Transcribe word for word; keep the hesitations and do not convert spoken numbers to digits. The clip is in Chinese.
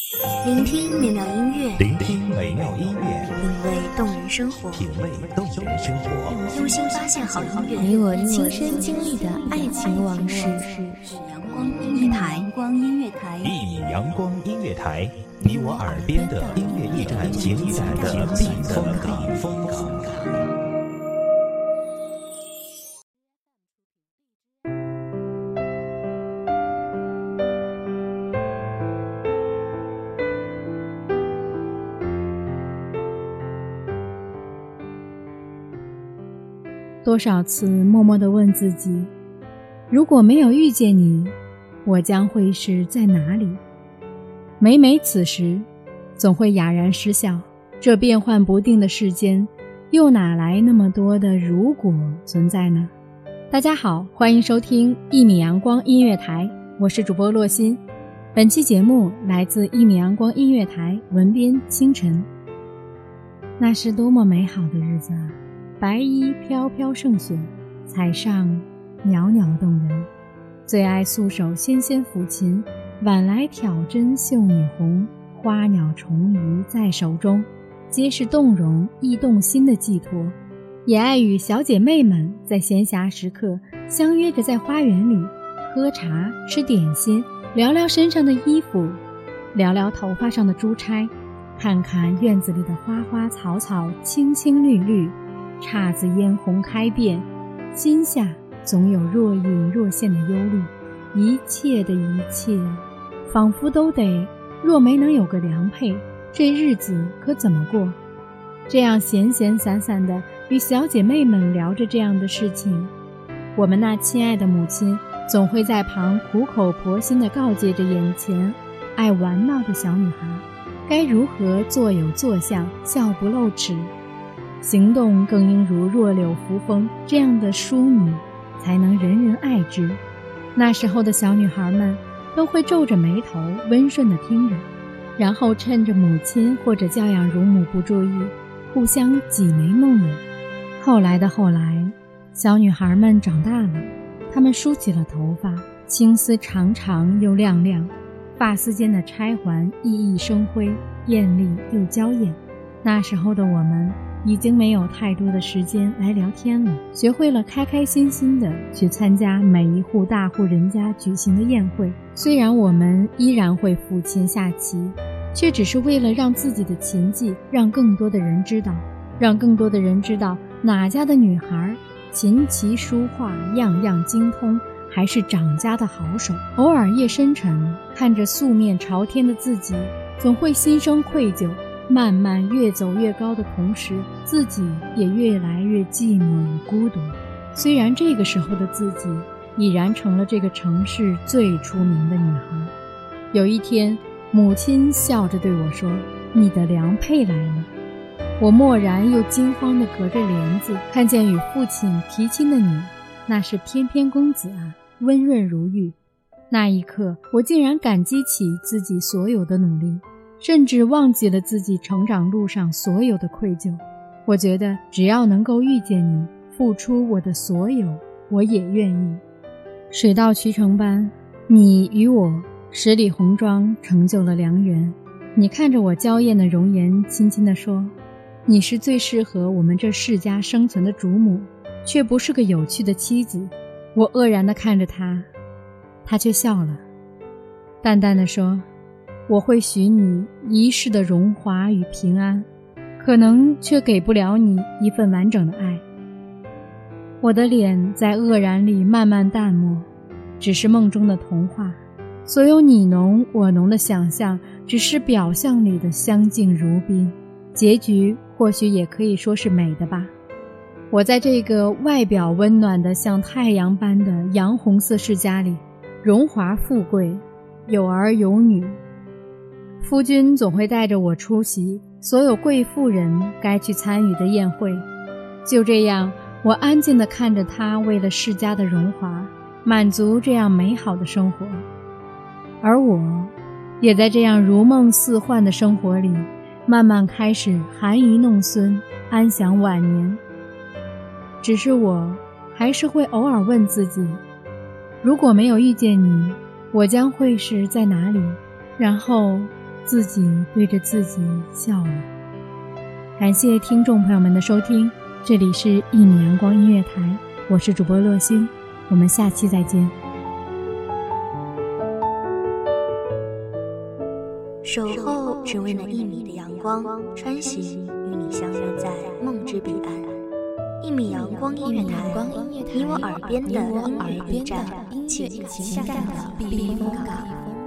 聆听美妙音乐， 聆听美妙音乐， 品味动人生活， 品味动人生活， 用心发现好音乐， 你我亲身经历的爱情往事。 阳光音乐台，阳光音乐台， 一米阳光音乐台，你我耳边的音乐驿站，情感的避风港。 多少次默默地问自己，如果没有遇见你，我将会是在哪里？每每此时，总会哑然失笑，这变幻不定的世间，又哪来那么多的如果存在呢？大家好，欢迎收听一米阳光音乐台，我是主播洛心。本期节目来自一米阳光音乐台，文编清晨。那是多么美好的日子啊！白衣飘飘胜雪，彩上袅袅动人。最爱素手纤纤抚琴，晚来挑针绣女红。花鸟虫鱼在手中，皆是动容亦动心的寄托。也爱与小姐妹们在闲暇时刻相约着在花园里喝茶吃点心，聊聊身上的衣服，聊聊头发上的珠钗，看看院子里的花花草草青青绿绿，姹紫嫣红开遍，心下总有若隐若现的忧虑。一切的一切仿佛都得若没能有个良配，这日子可怎么过？这样闲闲散散的与小姐妹们聊着这样的事情，我们那亲爱的母亲总会在旁苦口婆心地告诫着眼前爱玩闹的小女孩，该如何坐有坐相，笑不露齿，行动更应如弱柳扶风，这样的淑女才能人人爱之。那时候的小女孩们都会皱着眉头温顺地听着，然后趁着母亲或者教养乳母不注意，互相挤眉弄眼。后来的后来，小女孩们长大了，她们梳起了头发，青丝长长又亮亮，发丝间的钗环熠熠生辉，艳丽又娇艳。那时候的我们已经没有太多的时间来聊天了，学会了开开心心的去参加每一户大户人家举行的宴会。虽然我们依然会抚琴下棋，却只是为了让自己的琴技让更多的人知道，让更多的人知道哪家的女孩琴棋书画样样精通，还是长家的好手。偶尔夜深沉，看着素面朝天的自己，总会心生愧疚。慢慢越走越高的同时，自己也越来越寂寞与孤独。虽然这个时候的自己已然成了这个城市最出名的女孩。有一天，母亲笑着对我说，你的良配来了。我蓦然又惊慌地隔着帘子看见与父亲提亲的你，那是翩翩公子啊，温润如玉。那一刻，我竟然感激起自己所有的努力，甚至忘记了自己成长路上所有的愧疚。我觉得只要能够遇见你，付出我的所有，我也愿意。水到渠成般，你与我十里红妆成就了良缘。你看着我娇艳的容颜，轻轻地说，你是最适合我们这世家生存的主母，却不是个有趣的妻子。我愕然地看着他，他却笑了，淡淡地说，我会许你一世的荣华与平安，可能却给不了你一份完整的爱。我的脸在愕然里慢慢淡漠，只是梦中的童话。所有你侬我侬的想象，只是表象里的相敬如宾，结局或许也可以说是美的吧。我在这个外表温暖的像太阳般的洋红色世家里，荣华富贵，有儿有女。夫君总会带着我出席所有贵妇人该去参与的宴会。就这样，我安静地看着他为了世家的荣华，满足这样美好的生活。而我也在这样如梦似幻的生活里，慢慢开始含饴弄孙，安享晚年。只是我还是会偶尔问自己，如果没有遇见你，我将会是在哪里？然后自己对着自己笑了。感谢听众朋友们的收听，这里是一米阳光音乐台，我是主播洛星，我们下期再见。 守候只为那一米的阳光，穿行与你相约在梦之彼岸。一米阳光音乐台，你我耳边的音乐驿站，情感的避风港。